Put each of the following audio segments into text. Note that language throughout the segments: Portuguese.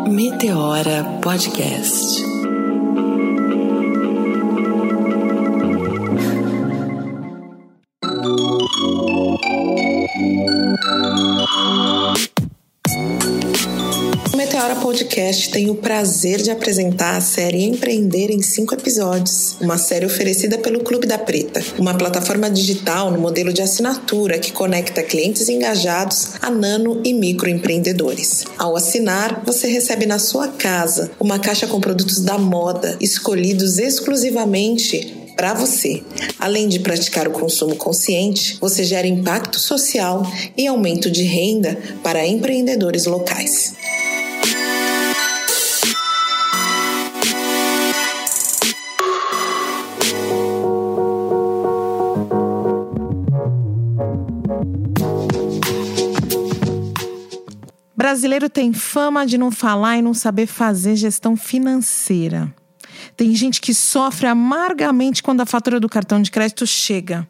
Meteora Podcast. O Meteora Podcast tem o prazer de apresentar a série Empreender em 5 episódios, uma série oferecida pelo Clube da Preta, uma plataforma digital no modelo de assinatura que conecta clientes engajados a nano e microempreendedores. Ao assinar, você recebe na sua casa uma caixa com produtos da moda, escolhidos exclusivamente para você. Além de praticar o consumo consciente, você gera impacto social e aumento de renda para empreendedores locais. Brasileiro tem fama de não falar e não saber fazer gestão financeira. Tem gente que sofre amargamente quando a fatura do cartão de crédito chega.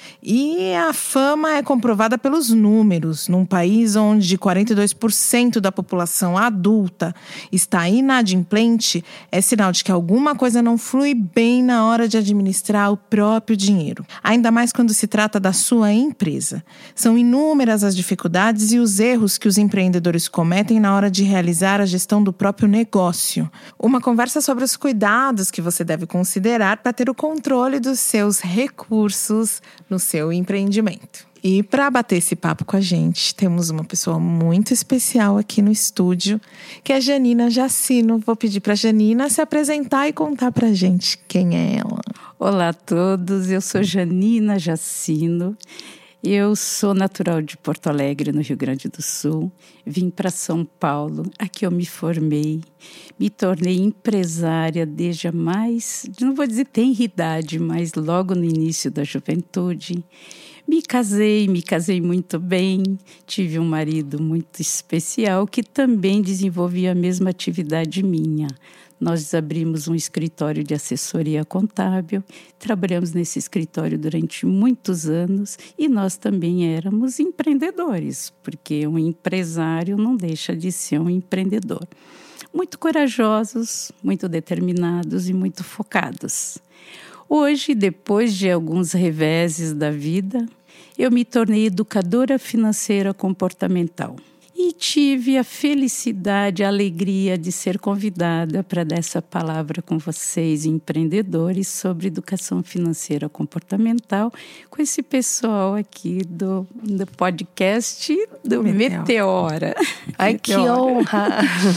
E a fama é comprovada pelos números. Num país onde 42% da população adulta está inadimplente, é sinal de que alguma coisa não flui bem na hora de administrar o próprio dinheiro. Ainda mais quando se trata da sua empresa. São inúmeras as dificuldades e os erros que os empreendedores cometem na hora de realizar a gestão do próprio negócio. Uma conversa sobre os cuidados que você deve considerar para ter o controle dos seus recursos no seu empreendimento. E para bater esse papo com a gente, temos uma pessoa muito especial aqui no estúdio, que é a Janina Jassino. Vou pedir para a Janina se apresentar e contar para a gente quem é ela. Olá a todos, eu sou Janina Jassino. Eu sou natural de Porto Alegre, no Rio Grande do Sul. Vim para São Paulo, aqui eu me formei. Me tornei empresária desde a não vou dizer tenra idade, mas logo no início da juventude. Me casei muito bem. Tive um marido muito especial que também desenvolvia a mesma atividade minha. Nós abrimos um escritório de assessoria contábil, trabalhamos nesse escritório durante muitos anos e nós também éramos empreendedores, porque um empresário não deixa de ser um empreendedor. Muito corajosos, muito determinados e muito focados. Hoje, depois de alguns reveses da vida, eu me tornei educadora financeira comportamental. E tive a felicidade, a alegria de ser convidada para dar essa palavra com vocês, empreendedores, sobre educação financeira comportamental, com esse pessoal aqui do podcast do Meteora. Ai, Meteora. Que honra!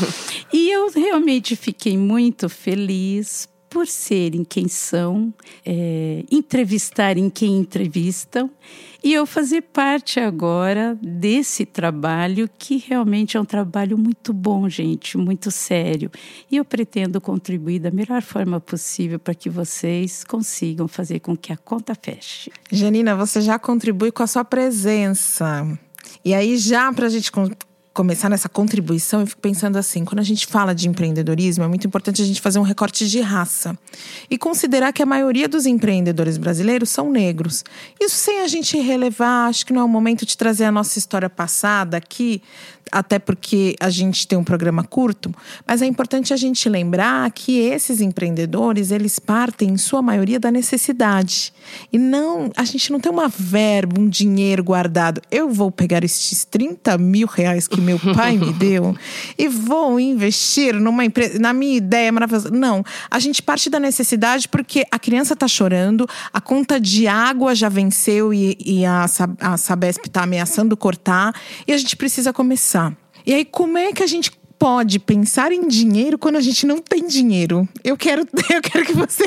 E eu realmente fiquei muito feliz por serem quem são, entrevistarem quem entrevistam, e eu fazer parte agora desse trabalho, que realmente é um trabalho muito bom, gente, muito sério. E eu pretendo contribuir da melhor forma possível para que vocês consigam fazer com que a conta feche. Janina, você já contribui com a sua presença. E aí, já para a gente começar nessa contribuição, eu fico pensando assim, quando a gente fala de empreendedorismo, é muito importante a gente fazer um recorte de raça e considerar que a maioria dos empreendedores brasileiros são negros. Isso sem a gente relevar, acho que não é o momento de trazer a nossa história passada aqui, até porque a gente tem um programa curto, mas é importante a gente lembrar que esses empreendedores, eles partem, em sua maioria, da necessidade. E a gente não tem uma verba, um dinheiro guardado. Eu vou pegar estes 30 mil reais que meu pai me deu e vou investir numa empresa, na minha ideia maravilhosa. Não, a gente parte da necessidade porque a criança está chorando, a conta de água já venceu e a Sabesp está ameaçando cortar e a gente precisa começar. E aí, como é que a gente pode pensar em dinheiro quando a gente não tem dinheiro? Eu quero que você...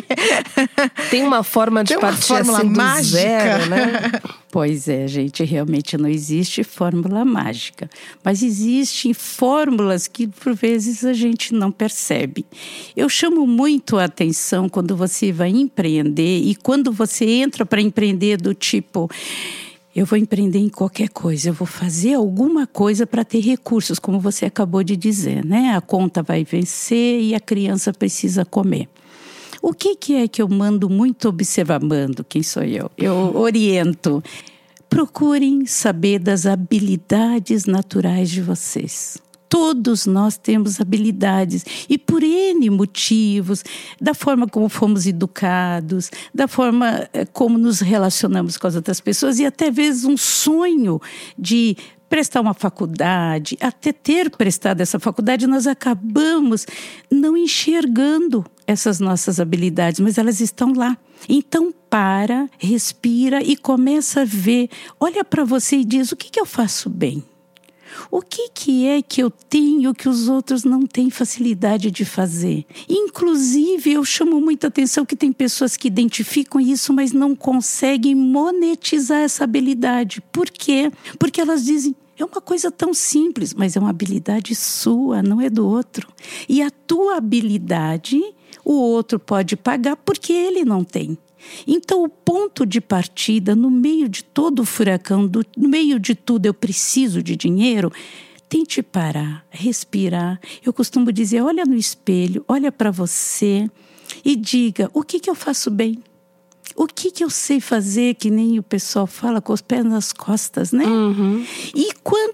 Tem uma forma de partir assim do zero, né? Pois é, gente, realmente não existe fórmula mágica. Mas existem fórmulas que, por vezes, a gente não percebe. Eu chamo muito a atenção quando você vai empreender e quando você entra para empreender do tipo... Eu vou empreender em qualquer coisa, eu vou fazer alguma coisa para ter recursos, como você acabou de dizer, né? A conta vai vencer e a criança precisa comer. O que é que eu mando muito observar? Mando, quem sou eu? Eu oriento. Procurem saber das habilidades naturais de vocês. Todos nós temos habilidades e por N motivos, da forma como fomos educados, da forma como nos relacionamos com as outras pessoas e até vezes um sonho de prestar uma faculdade, até ter prestado essa faculdade, nós acabamos não enxergando essas nossas habilidades, mas elas estão lá. Então para, respira e começa a ver, olha para você e diz, o que eu faço bem? O que é que eu tenho que os outros não têm facilidade de fazer? Inclusive, eu chamo muita atenção que tem pessoas que identificam isso, mas não conseguem monetizar essa habilidade. Por quê? Porque elas dizem, é uma coisa tão simples, mas é uma habilidade sua, não é do outro. E a tua habilidade, o outro pode pagar porque ele não tem. Então, o ponto de partida, no meio de todo o furacão, no meio de tudo, eu preciso de dinheiro, tente parar, respirar. Eu costumo dizer, olha no espelho, olha para você e diga, o que eu faço bem? O que eu sei fazer, que nem o pessoal fala, com os pés nas costas, né? Uhum. E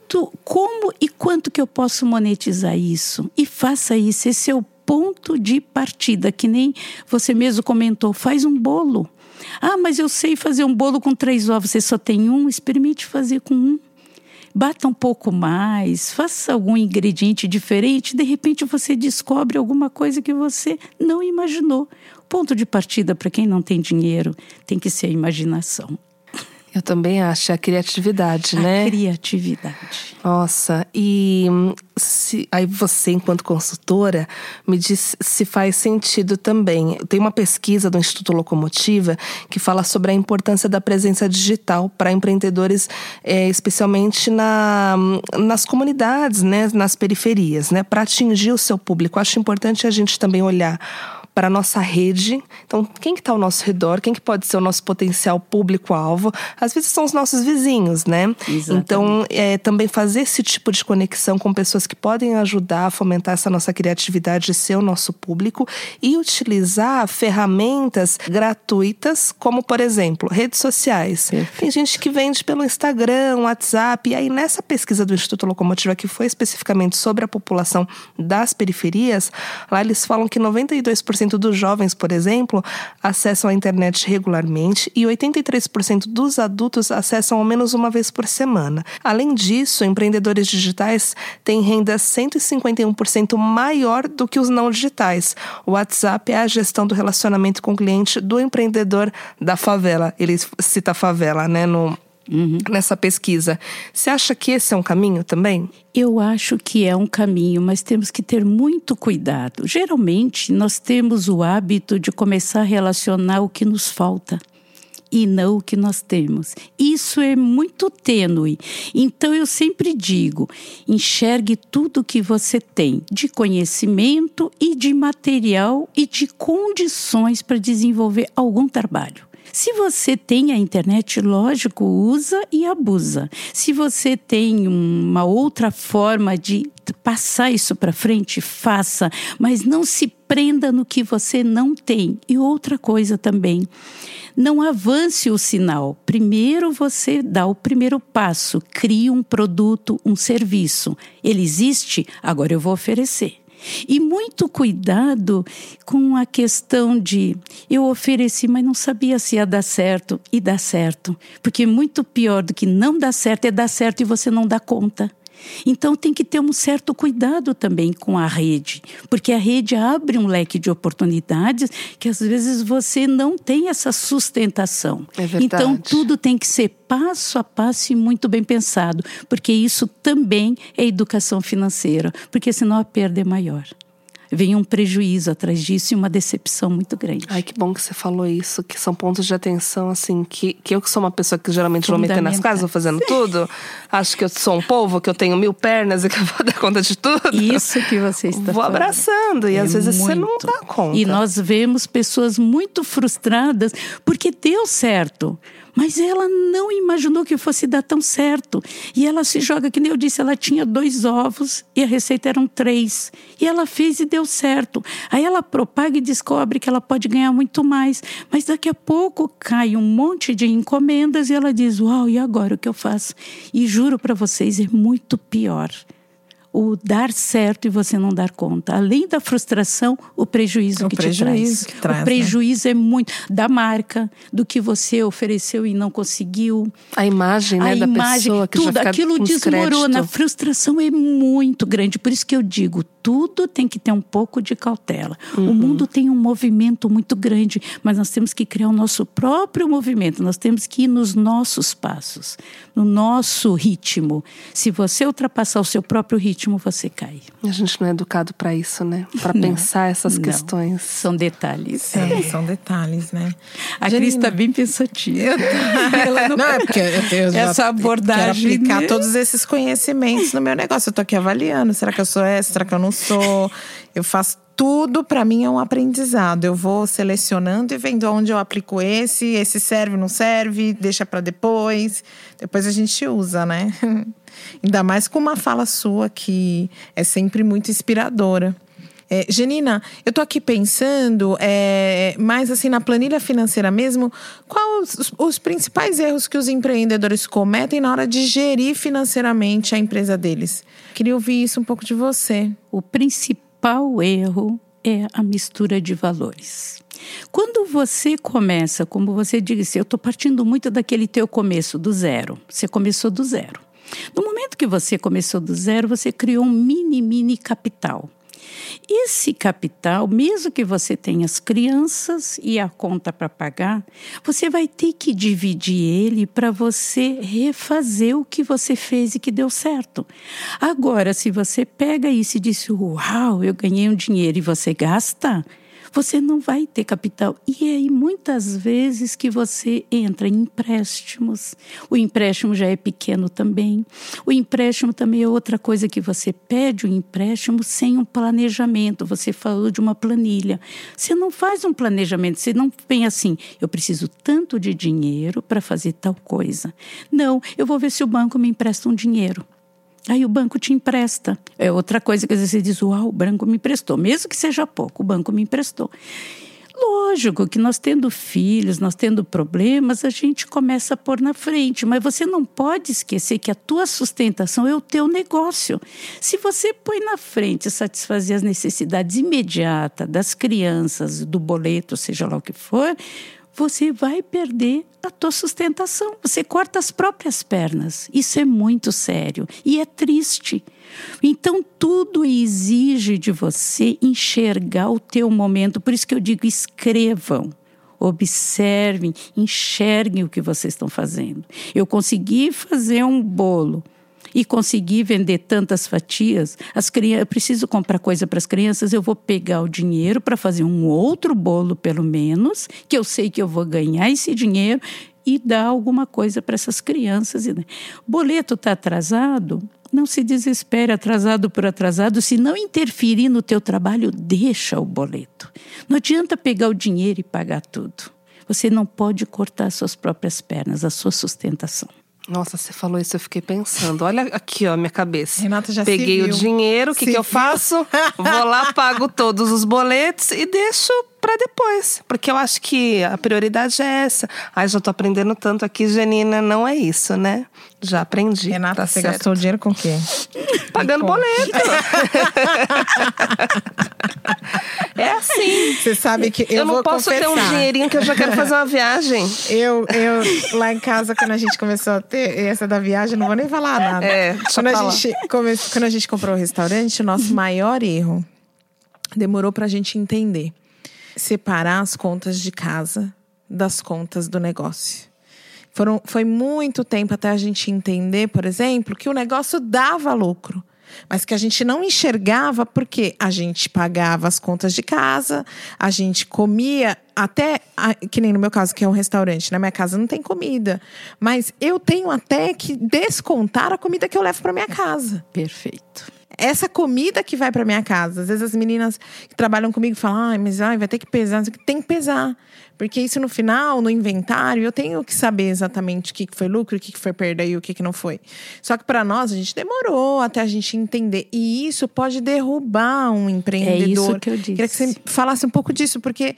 quanto que eu posso monetizar isso? E faça isso, esse é o ponto de partida, que nem você mesmo comentou, faz um bolo. Ah, mas eu sei fazer um bolo com 3 ovos, você só tem um, experimente fazer com 1. Bata um pouco mais, faça algum ingrediente diferente, de repente você descobre alguma coisa que você não imaginou. Ponto de partida para quem não tem dinheiro tem que ser a imaginação. Eu também acho, a criatividade, né? A criatividade. Nossa, e aí você, enquanto consultora, me diz se faz sentido também. Tem uma pesquisa do Instituto Locomotiva que fala sobre a importância da presença digital para empreendedores, especialmente nas comunidades, né, nas periferias, né, para atingir o seu público. Acho importante a gente também olhar para a nossa rede. Então, quem que está ao nosso redor? Quem que pode ser o nosso potencial público-alvo? Às vezes são os nossos vizinhos, né? Exatamente. Então, também fazer esse tipo de conexão com pessoas que podem ajudar a fomentar essa nossa criatividade e ser o nosso público e utilizar ferramentas gratuitas, como, por exemplo, redes sociais. Perfeito. Tem gente que vende pelo Instagram, WhatsApp, e aí nessa pesquisa do Instituto Locomotiva, que foi especificamente sobre a população das periferias, lá eles falam que 92% dos jovens, por exemplo, acessam a internet regularmente e 83% dos adultos acessam ao menos uma vez por semana. Além disso, empreendedores digitais têm renda 151% maior do que os não digitais. O WhatsApp é a gestão do relacionamento com o cliente do empreendedor da favela. Ele cita a favela, né, nessa pesquisa. Você acha que esse é um caminho também? Eu acho que é um caminho, mas temos que ter muito cuidado. Geralmente, nós temos o hábito de começar a relacionar o que nos falta e não o que nós temos. Isso é muito tênue. Então, eu sempre digo, enxergue tudo que você tem de conhecimento e de material e de condições para desenvolver algum trabalho. Se você tem a internet, lógico, usa e abusa. Se você tem uma outra forma de passar isso para frente, faça, mas não se prenda no que você não tem. E outra coisa também, não avance o sinal. Primeiro você dá o primeiro passo, cria um produto, um serviço. Ele existe, agora eu vou oferecer. E muito cuidado com a questão de eu ofereci, mas não sabia se ia dar certo e dá certo. Porque muito pior do que não dar certo é dar certo e você não dá conta. Então tem que ter um certo cuidado também com a rede, porque a rede abre um leque de oportunidades que às vezes você não tem essa sustentação. É verdade. Então tudo tem que ser passo a passo e muito bem pensado, porque isso também é educação financeira, porque senão a perda é maior. Vem um prejuízo atrás disso e uma decepção muito grande. Ai, que bom que você falou isso, que são pontos de atenção, assim, que eu que sou uma pessoa que geralmente vou meter nas casas, vou fazendo tudo, acho que eu sou um polvo, que eu tenho 1000 pernas e que eu vou dar conta de tudo. Isso que você está Vou abraçando, e às vezes muito. Você não dá conta. E nós vemos pessoas muito frustradas porque deu certo, mas ela não imaginou que fosse dar tão certo. E ela se joga, que nem eu disse, ela tinha 2 ovos e a receita eram 3. E ela fez e deu certo. Aí ela propaga e descobre que ela pode ganhar muito mais. Mas daqui a pouco cai um monte de encomendas e ela diz, uau, e agora o que eu faço? E juro para vocês, é muito pior. o dar certo e você não dar conta. Além da frustração, o prejuízo que te traz. O prejuízo é muito da marca, do que você ofereceu e não conseguiu. A imagem, né, da pessoa que tudo, já fica aquilo desmorona. A frustração é muito grande. Por isso que eu digo, tudo tem que ter um pouco de cautela. O mundo tem um movimento muito grande, mas nós temos que criar o nosso próprio movimento. Nós temos que ir nos nossos passos, no nosso ritmo. Se você ultrapassar o seu próprio ritmo, você cai. A gente não é educado para isso, né? Para pensar essas questões. São detalhes. São detalhes, né? A Cris está bem pensativa. Ela não é porque eu essa abordagem, quero aplicar todos esses conhecimentos no meu negócio. Eu tô aqui avaliando. Será que eu sou essa? Será que eu não sou? Eu faço tudo, para mim é um aprendizado. Eu vou selecionando e vendo onde eu aplico esse serve, não serve, deixa para depois a gente usa, né? Ainda mais com uma fala sua que é sempre muito inspiradora. Janina, eu tô aqui pensando, mais assim na planilha financeira mesmo, quais os principais erros que os empreendedores cometem na hora de gerir financeiramente a empresa deles? Queria ouvir isso um pouco de você. O principal erro é a mistura de valores. Quando você começa, como você disse, eu estou partindo muito daquele teu começo, do zero. Você começou do zero. No momento que você começou do zero, você criou um mini capital. Esse capital, mesmo que você tenha as crianças e a conta para pagar, você vai ter que dividir ele para você refazer o que você fez e que deu certo. Agora, se você pega isso e diz, uau, eu ganhei um dinheiro e você gasta, você não vai ter capital. E é aí muitas vezes que você entra em empréstimos. O empréstimo já é pequeno também. O empréstimo também é outra coisa que você pede um empréstimo sem um planejamento. Você falou de uma planilha. Você não faz um planejamento, você não vem assim, eu preciso tanto de dinheiro para fazer tal coisa. Não, eu vou ver se o banco me empresta um dinheiro. Aí o banco te empresta. É outra coisa que às vezes você diz, uau, o banco me emprestou. Mesmo que seja pouco, o banco me emprestou. Lógico que nós tendo filhos, nós tendo problemas, a gente começa a pôr na frente. Mas você não pode esquecer que a tua sustentação é o teu negócio. Se você põe na frente satisfazer as necessidades imediatas das crianças, do boleto, seja lá o que for, você vai perder a tua sustentação. Você corta as próprias pernas. Isso é muito sério e é triste. Então, tudo exige de você enxergar o teu momento. Por isso que eu digo, escrevam, observem, enxerguem o que vocês estão fazendo. Eu consegui fazer um bolo e conseguir vender tantas fatias, eu preciso comprar coisa para as crianças, eu vou pegar o dinheiro para fazer um outro bolo, pelo menos, que eu sei que eu vou ganhar esse dinheiro e dar alguma coisa para essas crianças. O boleto está atrasado, não se desespere, atrasado por atrasado. Se não interferir no teu trabalho, deixa o boleto. Não adianta pegar o dinheiro e pagar tudo. Você não pode cortar as suas próprias pernas, a sua sustentação. Nossa, você falou isso, eu fiquei pensando. Olha aqui, ó, minha cabeça. Renata já peguei o dinheiro, o que eu faço? Vou lá, pago todos os boletos e deixo para depois. Porque eu acho que a prioridade é essa. Ai, já tô aprendendo tanto aqui, Janina. Não é isso, né? Já aprendi. Renata, você gastou o dinheiro com o quê? Pagando boleto. É assim. Você sabe que eu não posso ter um dinheirinho que eu já quero fazer uma viagem. Eu lá em casa, quando a gente começou a ter essa da viagem, não vou nem falar nada. Quando a gente comprou o restaurante, o nosso maior erro demorou pra gente entender. Separar as contas de casa das contas do negócio. Foi muito tempo até a gente entender, por exemplo, que o negócio dava lucro. Mas que a gente não enxergava porque a gente pagava as contas de casa, a gente comia, até, que nem no meu caso, que é um restaurante, na minha casa não tem comida. Mas eu tenho até que descontar a comida que eu levo para minha casa. Perfeito. Essa comida que vai para minha casa. Às vezes as meninas que trabalham comigo falam, mas vai ter que pesar. Tem que pesar. Porque isso no final, no inventário, eu tenho que saber exatamente o que foi lucro, o que foi perda e o que não foi. Só que para nós, a gente demorou até a gente entender. E isso pode derrubar um empreendedor. É isso que eu disse. Queria que você falasse um pouco disso, porque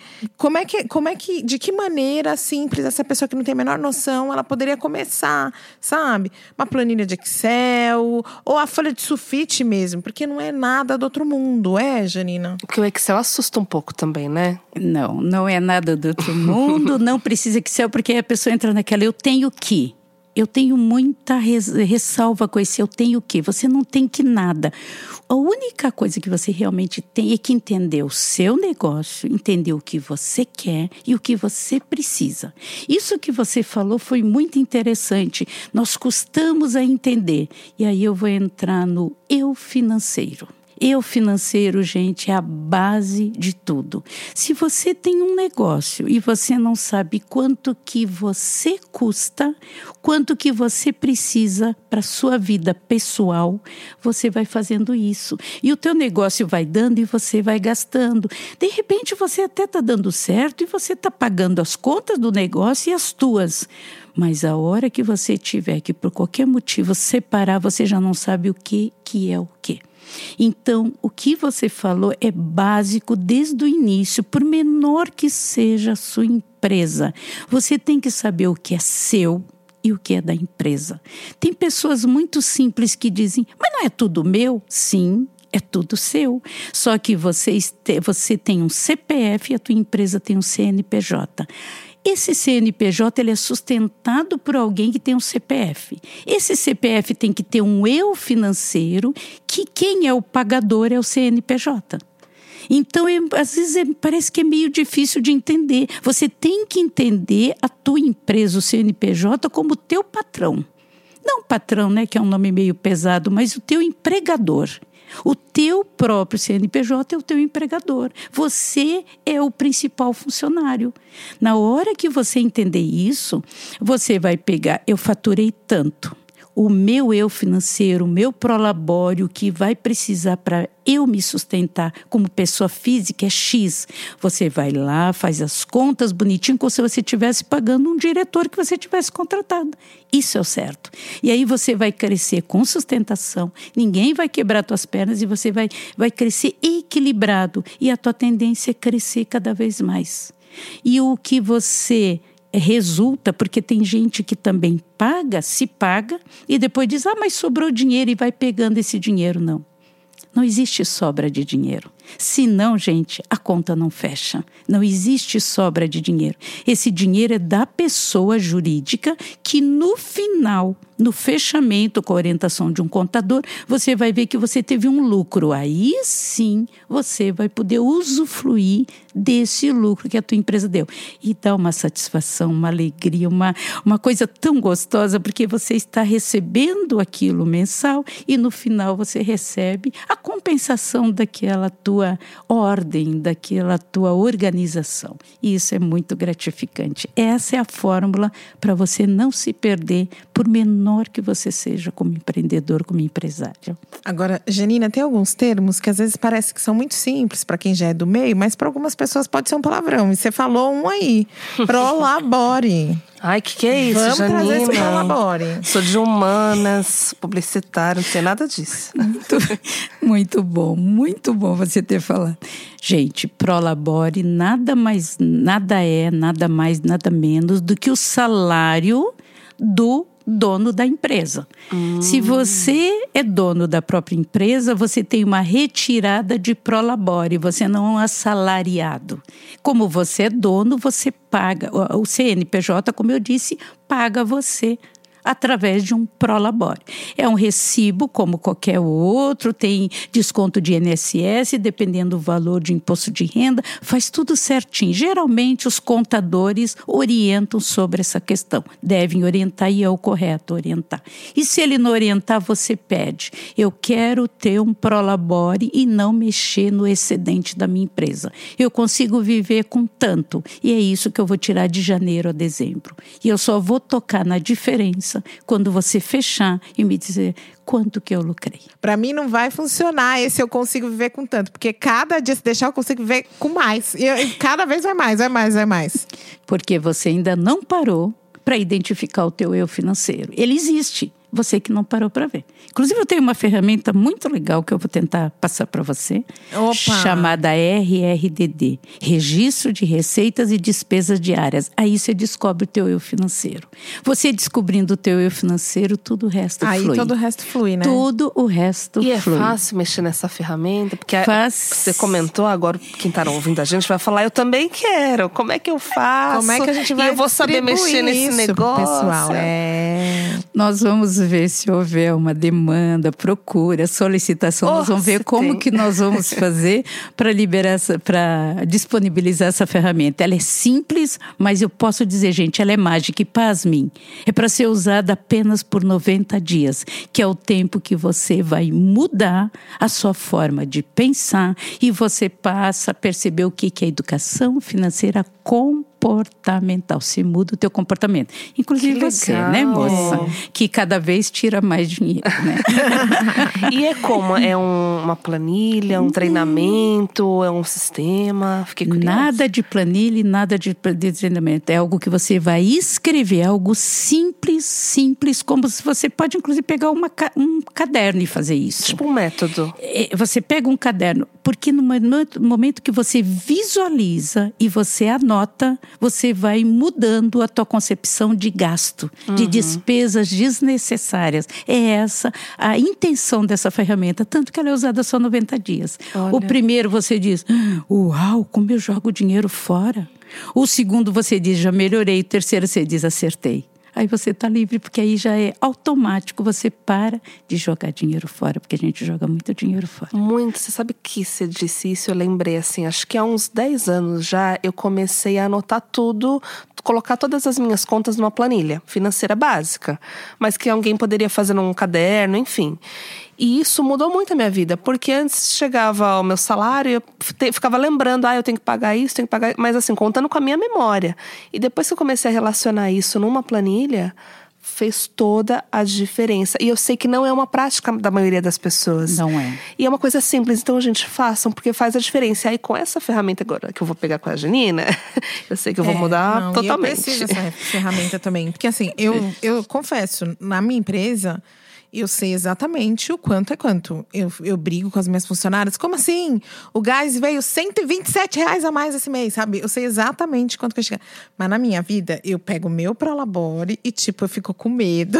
de que maneira simples essa pessoa que não tem a menor noção, ela poderia começar, sabe? Uma planilha de Excel, ou a folha de sulfite mesmo, porque não é nada do outro mundo, Janina? Porque o Excel assusta um pouco também, né? Não é nada do outro mundo, não precisa Excel, porque aí a pessoa entra naquela, eu tenho muita ressalva com esse eu tenho que. Você não tem que nada. A única coisa que você realmente tem é que entender o seu negócio, entender o que você quer e o que você precisa. Isso que você falou foi muito interessante. Nós custamos a entender. E aí eu vou entrar no eu financeiro. Eu financeiro, gente, é a base de tudo. Se você tem um negócio e você não sabe quanto que você custa, quanto que você precisa para a sua vida pessoal, você vai fazendo isso. E o teu negócio vai dando e você vai gastando. De repente você até está dando certo e você está pagando as contas do negócio e as tuas. Mas a hora que você tiver que, por qualquer motivo, separar, você já não sabe o que é o que. Então, o que você falou é básico desde o início, por menor que seja a sua empresa. Você tem que saber o que é seu e o que é da empresa. Tem pessoas muito simples que dizem, mas não é tudo meu? Sim, é tudo seu. Só que você tem um CPF e a tua empresa tem um CNPJ. Esse CNPJ ele é sustentado por alguém que tem um CPF. Esse CPF tem que ter um eu financeiro, que quem é o pagador é o CNPJ. Então, às vezes parece que é meio difícil de entender. Você tem que entender a tua empresa, o CNPJ, como o teu patrão. Não patrão, né, que é um nome meio pesado, mas o teu empregador. O teu próprio CNPJ é o teu empregador. Você é o principal funcionário. Na hora que você entender isso, você vai pegar, eu faturei tanto. O meu eu financeiro, o meu prolabório, que vai precisar para eu me sustentar como pessoa física é X. Você vai lá, faz as contas bonitinho, como se você estivesse pagando um diretor que você tivesse contratado. Isso é o certo. E aí você vai crescer com sustentação, ninguém vai quebrar tuas pernas e você vai crescer equilibrado. E a tua tendência é crescer cada vez mais. E o que você resulta, porque tem gente que também se paga e depois diz, mas sobrou dinheiro e vai pegando esse dinheiro. Não existe sobra de dinheiro. Senão, gente, a conta não fecha. Não existe sobra de dinheiro. Esse dinheiro é da pessoa jurídica que no final, no fechamento com a orientação de um contador, você vai ver que você teve um lucro. Aí sim você vai poder usufruir desse lucro que a tua empresa deu. E dá uma satisfação, uma alegria, uma coisa tão gostosa, porque você está recebendo aquilo mensal e no final você recebe a compensação daquela tua ordem, daquela tua organização. E isso é muito gratificante. Essa é a fórmula para você não se perder, por menor que você seja como empreendedor, como empresário. Agora, Janina, tem alguns termos que às vezes parece que são muito simples para quem já é do meio, mas para algumas pessoas pode ser um palavrão. E você falou um aí, prolabore. Ai, que é isso, Vamos Janina? trazer esse prolabore. Sou de humanas, publicitário, não sei nada disso. Muito bom você ter falado. Gente, prolabore nada mais, nada mais, nada menos do que o salário do dono da empresa. Se você é dono da própria empresa, você tem uma retirada de prolabore, você não é um assalariado. Como você é dono, você paga. O CNPJ, como eu disse, paga você através de um prolabore. É um recibo como qualquer outro, tem desconto de INSS, dependendo do valor de imposto de renda, faz tudo certinho. Geralmente os contadores orientam sobre essa questão, devem orientar e é o correto orientar. E se ele não orientar, você pede, eu quero ter um prolabore e não mexer no excedente da minha empresa. Eu consigo viver com tanto e é isso que eu vou tirar de janeiro a dezembro. E eu só vou tocar na diferença faça quando você fechar e me dizer quanto que eu lucrei. Pra mim não vai funcionar esse eu consigo viver com tanto. Porque cada dia se deixar eu consigo viver com mais. E cada vez vai mais, vai mais, vai mais. Porque você ainda não parou para identificar o teu eu financeiro. Ele existe. Você que não parou para ver. Inclusive, eu tenho uma ferramenta muito legal que eu vou tentar passar para você. Opa. Chamada RRDD. Registro de Receitas e Despesas Diárias. Aí você descobre o teu eu financeiro. Você descobrindo o teu eu financeiro, tudo o resto flui. Aí todo o resto flui, né? Tudo o resto flui. E é fácil mexer nessa ferramenta? Porque você comentou, agora quem está ouvindo a gente vai falar, eu também quero. Como é que eu faço? Como é que a gente vai eu vou saber mexer nesse negócio? Pessoal, Nós vamos ver se houver uma demanda, procura, solicitação. Nós vamos ver como que nós vamos fazer para liberar para disponibilizar essa ferramenta. Ela é simples, mas eu posso dizer, gente, ela é mágica e pasmem. É para ser usada apenas por 90 dias, que é o tempo que você vai mudar a sua forma de pensar e você passa a perceber o que é educação financeira comportamental. Se muda o teu comportamento. Inclusive você, né, moça? Que cada vez tira mais dinheiro, né? E é como? É uma planilha, um treinamento, é um sistema? Fiquei curiosa. Nada de planilha, nada de treinamento. É algo que você vai escrever, algo simples, como se você pode, inclusive, pegar um caderno e fazer isso. Tipo um método. Você pega um caderno, porque no momento que você visualiza e você anota, você vai mudando a tua concepção de gasto, de despesas desnecessárias. É essa a intenção dessa ferramenta, tanto que ela é usada só 90 dias. Olha. O primeiro você diz, uau, como eu jogo dinheiro fora. O segundo você diz, já melhorei. O terceiro você diz, acertei. Aí você está livre, porque aí já é automático, você para de jogar dinheiro fora, porque a gente joga muito dinheiro fora. Muito, você sabe que você disse isso, eu lembrei assim, acho que há uns 10 anos já eu comecei a anotar tudo, colocar todas as minhas contas numa planilha financeira básica, mas que alguém poderia fazer num caderno, enfim. E isso mudou muito a minha vida, porque antes chegava o meu salário e eu ficava lembrando, eu tenho que pagar isso, tenho que pagar... Mas assim, contando com a minha memória. E depois que eu comecei a relacionar isso numa planilha, fez toda a diferença. E eu sei que não é uma prática da maioria das pessoas. Não é. E é uma coisa simples, então, gente, façam, porque faz a diferença. E aí, com essa ferramenta agora que eu vou pegar com a Janina, eu sei que eu vou mudar totalmente. Eu preciso dessa ferramenta também. Porque assim, eu confesso, na minha empresa... Eu sei exatamente o quanto é quanto. Eu brigo com as minhas funcionárias. Como assim? O gás veio R$127 a mais esse mês, sabe? Eu sei exatamente quanto que eu chegar. Mas na minha vida, eu pego o meu Prolabore e eu fico com medo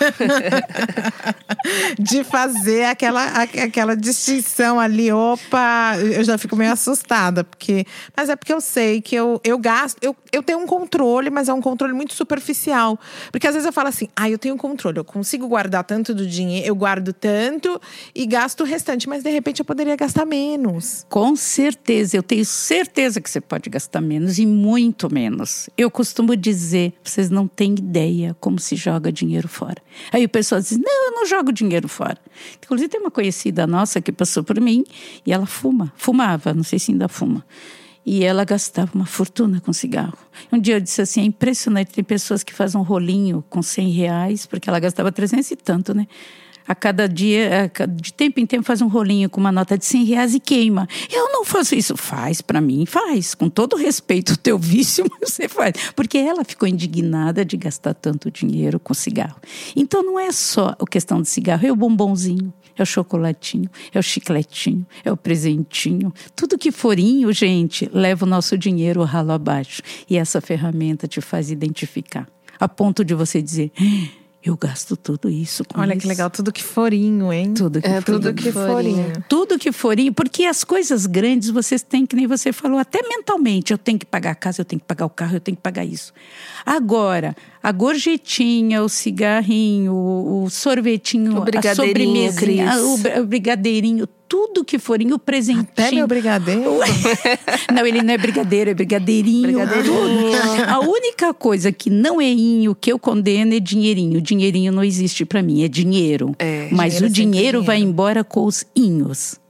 de fazer aquela distinção ali. Opa, eu já fico meio assustada. Mas é porque eu sei que eu gasto… Eu tenho um controle, mas é um controle muito superficial. Porque às vezes eu falo assim, eu tenho controle. Eu consigo guardar tanto do dinheiro, eu guardo tanto e gasto o restante, mas de repente eu poderia gastar menos. Com certeza, eu tenho certeza que você pode gastar menos e muito menos. Eu costumo dizer, vocês não têm ideia como se joga dinheiro fora. Aí o pessoal diz, não, eu não jogo dinheiro fora. Inclusive tem uma conhecida nossa que passou por mim e ela fumava, não sei se ainda fuma. E ela gastava uma fortuna com cigarro. Um dia eu disse assim, é impressionante, tem pessoas que fazem um rolinho com R$100, porque ela gastava 300 e tanto, né? A cada dia, de tempo em tempo, faz um rolinho com uma nota de R$100 e queima. Eu não faço isso. Faz, pra mim, faz. Com todo respeito ao teu vício, você faz. Porque ela ficou indignada de gastar tanto dinheiro com cigarro. Então não é só a questão do cigarro, é o bombonzinho. É o chocolatinho, é o chicletinho, é o presentinho. Tudo que forinho, gente, leva o nosso dinheiro ralo abaixo. E essa ferramenta te faz identificar. A ponto de você dizer, eu gasto tudo isso com Olha isso. que legal, tudo que forinho, hein? Tudo que forinho. Tudo que forinho, porque as coisas grandes vocês têm, que nem você falou, até mentalmente. Eu tenho que pagar a casa, eu tenho que pagar o carro, eu tenho que pagar isso. Agora, a gorjetinha, o cigarrinho, o sorvetinho, a sobremesinha, o brigadeirinho, tudo que forinho, o presentinho. Até meu brigadeiro? Não, ele não é brigadeiro, é brigadeirinho. A única coisa que não é inho, que eu condeno, é dinheirinho. Dinheirinho não existe pra mim, é dinheiro. Mas o dinheiro vai embora com os inhos.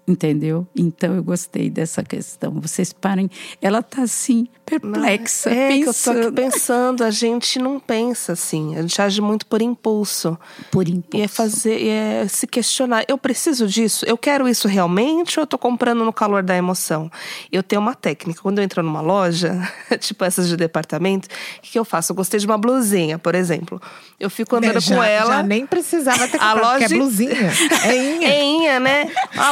Entendeu? Então, eu gostei dessa questão. Vocês parem... Ela tá assim, perplexa, pensando. Que eu tô aqui pensando. A gente não pensa assim. A gente age muito por impulso. Por impulso. E é se questionar. Eu preciso disso? Eu quero isso realmente ou eu tô comprando no calor da emoção? Eu tenho uma técnica. Quando eu entro numa loja, tipo essas de departamento, o que eu faço? Eu gostei de uma blusinha, por exemplo. Eu fico andando com ela. Já nem precisava ter comprado, porque é blusinha. É inha, né? Uma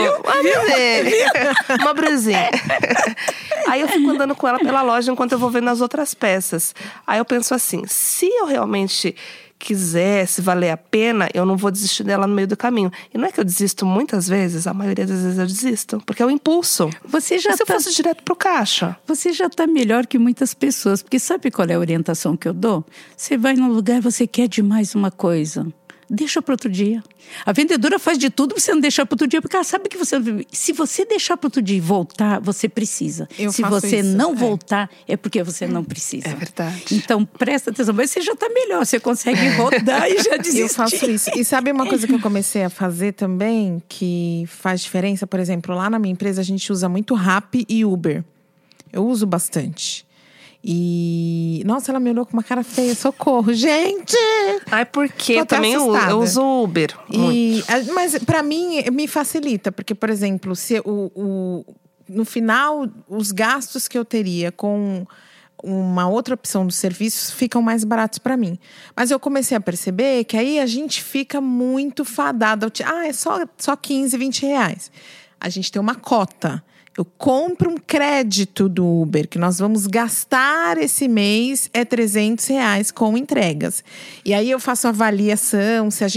uma blusinha. Aí eu fico andando com ela pela loja enquanto eu vou vendo as outras peças. Aí eu penso assim, se eu realmente quiser, se valer a pena, eu não vou desistir dela no meio do caminho. E não é que eu desisto muitas vezes, a maioria das vezes eu desisto, porque é o impulso. Se eu fosse direto pro caixa? Você já está melhor que muitas pessoas, porque sabe qual é a orientação que eu dou? Você vai num lugar e você quer demais uma coisa. Deixa para outro dia. A vendedora faz de tudo para você não deixar para outro dia, porque ela sabe que se você deixar para outro dia e voltar, você precisa. Se você não voltar, é porque você não precisa. É verdade. Então, presta atenção. Mas você já está melhor, você consegue rodar e já desistir. Eu faço isso. E sabe uma coisa que eu comecei a fazer também, que faz diferença? Por exemplo, lá na minha empresa a gente usa muito Rappi e Uber. Eu uso bastante. E... Nossa, ela me olhou com uma cara feia. Socorro, gente! Ai, porque eu também eu uso Uber. Mas pra mim, me facilita. Porque, por exemplo, se no final, os gastos que eu teria com uma outra opção dos serviços ficam mais baratos pra mim. Mas eu comecei a perceber que aí a gente fica muito fadada. É só 15, 20 reais. A gente tem uma cota. Eu compro um crédito do Uber, que nós vamos gastar esse mês, é R$300 com entregas. E aí eu faço avaliação, se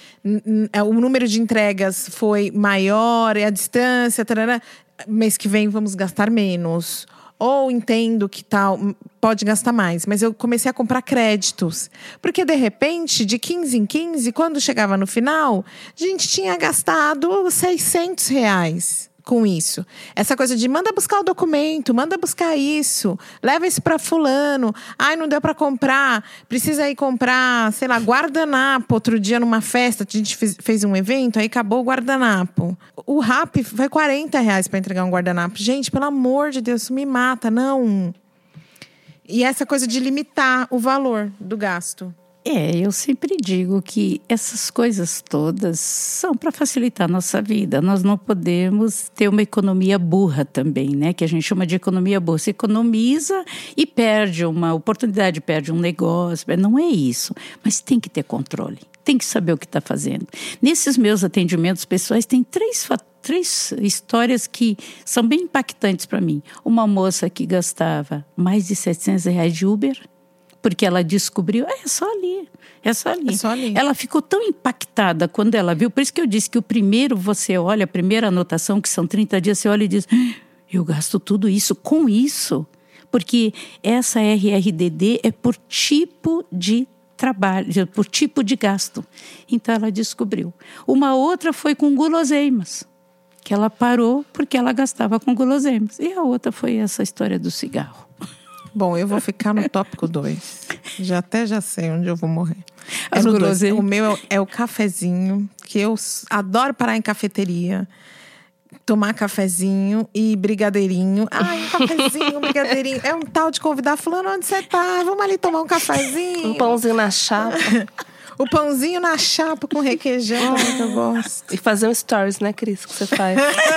o número de entregas foi maior, a distância, tarará, mês que vem vamos gastar menos. Ou entendo que pode gastar mais. Mas eu comecei a comprar créditos. Porque, de repente, de 15 em 15, quando chegava no final, a gente tinha gastado R$600 com isso. Essa coisa de manda buscar o documento, manda buscar isso, leva isso para fulano. Ai, não deu para comprar, precisa ir comprar, sei lá, guardanapo. Outro dia numa festa, a gente fez um evento, aí acabou o guardanapo. O Rappi foi R$40 para entregar um guardanapo. Gente, pelo amor de Deus, isso me mata, não. E essa coisa de limitar o valor do gasto. Eu sempre digo que essas coisas todas são para facilitar a nossa vida. Nós não podemos ter uma economia burra também, né? Que a gente chama de economia burra. Você economiza e perde uma oportunidade, perde um negócio. Não é isso. Mas tem que ter controle. Tem que saber o que está fazendo. Nesses meus atendimentos pessoais, tem três histórias que são bem impactantes para mim. Uma moça que gastava mais de R$700 de Uber, porque ela descobriu, é só ali. Ela ficou tão impactada quando ela viu, por isso que eu disse que o primeiro você olha, a primeira anotação, que são 30 dias, você olha e diz, eu gasto tudo isso com isso. Porque essa RRDD é por tipo de trabalho, por tipo de gasto. Então ela descobriu. Uma outra foi com guloseimas, que ela parou porque ela gastava com guloseimas. E a outra foi essa história do cigarro. Bom, eu vou ficar no tópico 2. Já sei onde eu vou morrer. O meu é o cafezinho, que eu adoro parar em cafeteria, tomar cafezinho e brigadeirinho. Ai, um cafezinho, brigadeirinho. É um tal de convidar fulano, onde você tá? Vamos ali tomar um cafezinho. Um pãozinho na chapa. O pãozinho na chapa com requeijão, que eu gosto. E fazer um stories, né, Cris, que você faz.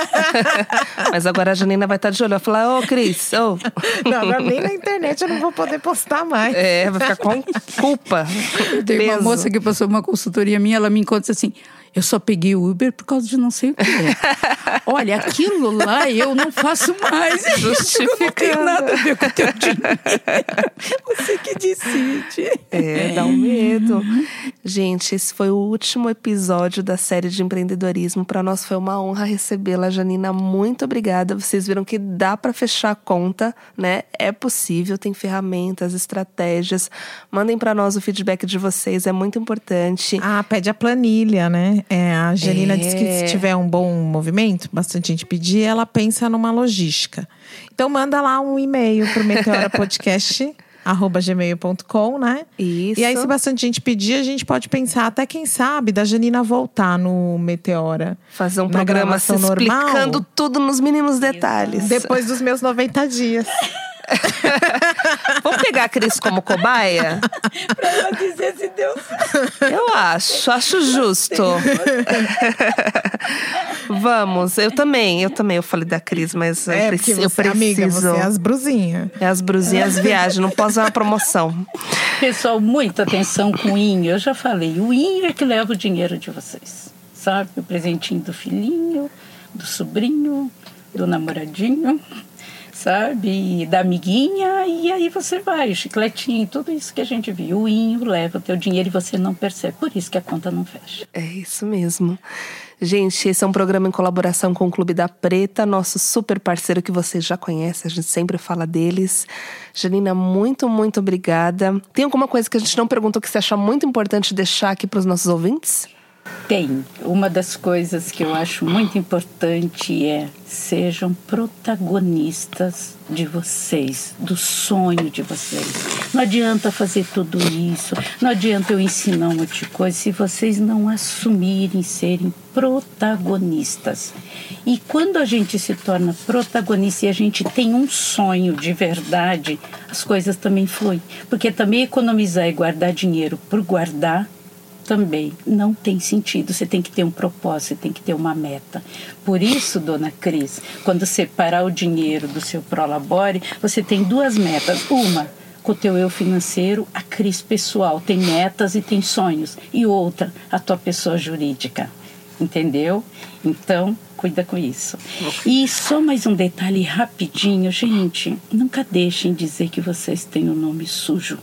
Mas agora a Janina vai estar de olho. Vai falar, Cris, Não, nem na internet eu não vou poder postar mais. Vai ficar com culpa. Tem uma moça que passou uma consultoria minha, ela me conta assim, eu só peguei o Uber por causa de não sei o quê. Olha, aquilo lá eu não faço mais. Justificando. Não tem nada a ver com o teu dinheiro. Você que decide. Dá um medo. Gente, esse foi o último episódio da série de empreendedorismo. Para nós foi uma honra recebê-la, Janina. Muito obrigada. Vocês viram que dá para fechar a conta, né? É possível, tem ferramentas, estratégias. Mandem para nós o feedback de vocês, é muito importante. Pede a planilha, né? A Janina disse que se tiver um bom movimento, bastante gente pedir, ela pensa numa logística. Então manda lá um e-mail pro Meteora Podcast @gmail.com, né? Isso. E aí, se bastante gente pedir, a gente pode pensar, até quem sabe, da Janina voltar no Meteora. Fazer um na programa se gravação explicando normal, tudo nos mínimos detalhes. depois dos meus 90 dias. Vamos pegar a Cris como cobaia? Pra ela dizer se deu certo. Eu acho justo. Vamos, eu também. Eu falei da Cris, mas eu preciso. Amiga, você é as brusinhas. É as brusinhas, as viagens, não posso dar uma promoção. Pessoal, muita atenção com o INHO. Eu já falei, o INHO é que leva o dinheiro de vocês. Sabe? O presentinho do filhinho, do sobrinho, do namoradinho, sabe? E da amiguinha. E aí você vai, o chicletinho, tudo isso que a gente viu. O INHO leva o teu dinheiro e você não percebe. Por isso que a conta não fecha. É isso mesmo. Gente, esse é um programa em colaboração com o Clube da Preta, nosso super parceiro que vocês já conhecem, a gente sempre fala deles. Janina, muito, muito obrigada. Tem alguma coisa que a gente não perguntou que você acha muito importante deixar aqui para os nossos ouvintes? Tem. Uma das coisas que eu acho muito importante é sejam protagonistas de vocês, do sonho de vocês. Não adianta fazer tudo isso, não adianta eu ensinar um monte de coisa se vocês não assumirem serem protagonistas. E quando a gente se torna protagonista e a gente tem um sonho de verdade, as coisas também fluem. Porque também economizar e guardar dinheiro por guardar também não tem sentido. Você tem que ter um propósito, você tem que ter uma meta. Por isso, dona Cris, quando separar o dinheiro do seu Prolabore, você tem duas metas. Uma, com o teu eu financeiro, a Cris pessoal tem metas e tem sonhos. E outra, a tua pessoa jurídica. Entendeu? Então, cuida com isso. E só mais um detalhe rapidinho. Gente, nunca deixem dizer que vocês têm um nome sujo.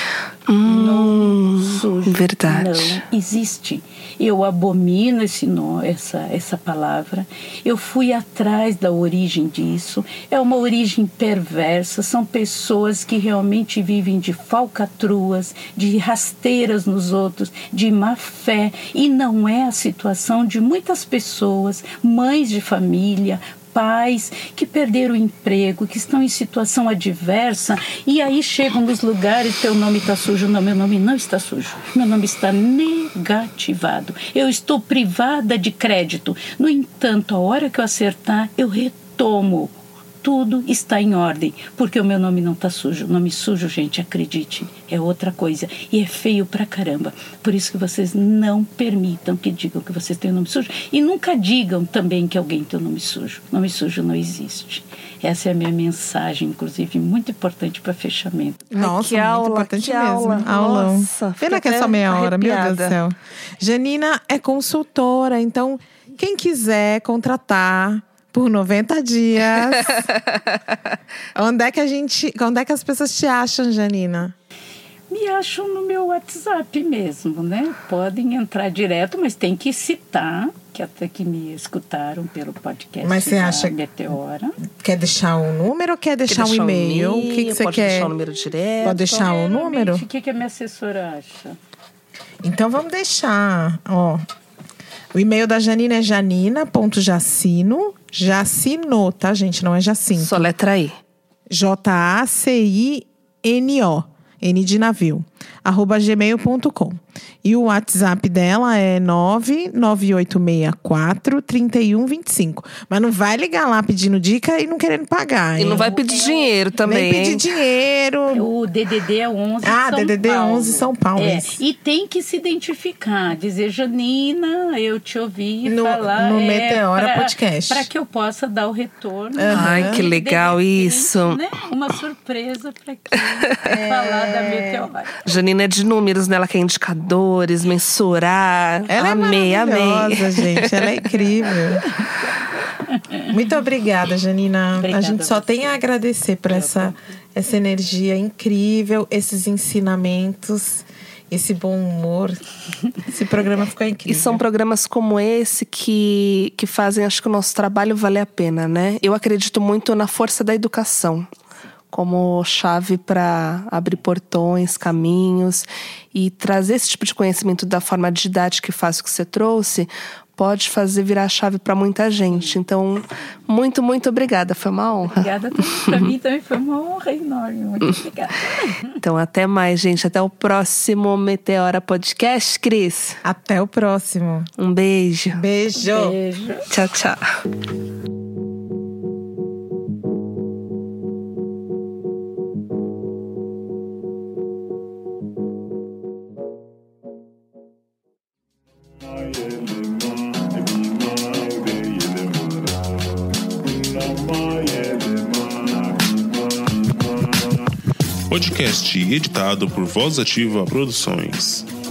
Nome sujo. Verdade. Não existe. Eu abomino essa palavra. Eu fui atrás da origem disso. É uma origem perversa. São pessoas que realmente vivem de falcatruas, de rasteiras nos outros, de má fé. E não é a situação de muitas pessoas, mães de família, pais que perderam o emprego, que estão em situação adversa e aí chegam nos lugares, teu nome está sujo. Não, meu nome não está sujo. Meu nome está negativado. Eu estou privada de crédito. No entanto, a hora que eu acertar, eu retomo. Tudo está em ordem, porque o meu nome não está sujo. Nome sujo, gente, acredite, é outra coisa. E é feio pra caramba. Por isso que vocês não permitam que digam que vocês têm nome sujo. E nunca digam também que alguém tem nome sujo. Nome sujo não existe. Essa é a minha mensagem, inclusive, muito importante para fechamento. Nossa, que muito aula, importante que mesmo. aula. Aulão. Nossa, Pena que é só meia hora, meu Deus do céu. Janina é consultora, então quem quiser contratar por 90 dias. Onde é que as pessoas te acham, Janina? Me acham no meu WhatsApp mesmo, né? Podem entrar direto, mas tem que citar, que até que me escutaram pelo podcast. Mas você acha Meteora. Quer deixar um número ou quer deixar um e-mail? O que você pode quer? Deixar o número direto. Pode deixar o número? O que a minha assessora acha? Então vamos deixar, ó. O e-mail da Janina é janina.jacino. Jacino, tá, gente? Não é Jacinto. Só letra I. Jacino. N de navio. @gmail.com. E o WhatsApp dela é 99864-3125. Mas não vai ligar lá pedindo dica e não querendo pagar, hein? E não vai pedir dinheiro também. Nem pedir dinheiro. O DDD é 11 Ah, São DDD Paulo. 11 São Paulo. É, isso. e tem que se identificar, dizer, Janina, eu te ouvi No- falar. no Meteora Podcast. Para que eu possa dar o retorno. Ai, que legal isso. Né? Uma surpresa para quem falar da Meteora. Janina é de números, né? Ela quer indicadores, mensurar. Ela amei, é maravilhosa, amei. gente. Ela é incrível. Muito obrigada, Janina. Obrigada a gente só a você. tem a agradecer por essa energia incrível, esses ensinamentos, esse bom humor. Esse programa ficou incrível. E são programas como esse que fazem, acho que o nosso trabalho valer a pena, né? Eu acredito muito na força da educação como chave para abrir portões, caminhos e trazer esse tipo de conhecimento da forma didática e fácil que você trouxe pode fazer virar a chave para muita gente. Então, muito, muito obrigada. Foi uma honra. Obrigada também. Para mim também foi uma honra enorme. Muito obrigada. Então, até mais, gente. Até o próximo Meteora Podcast, Cris. Até o próximo. Um beijo. Beijo. Beijo. Tchau, tchau. Podcast editado por Voz Ativa Produções.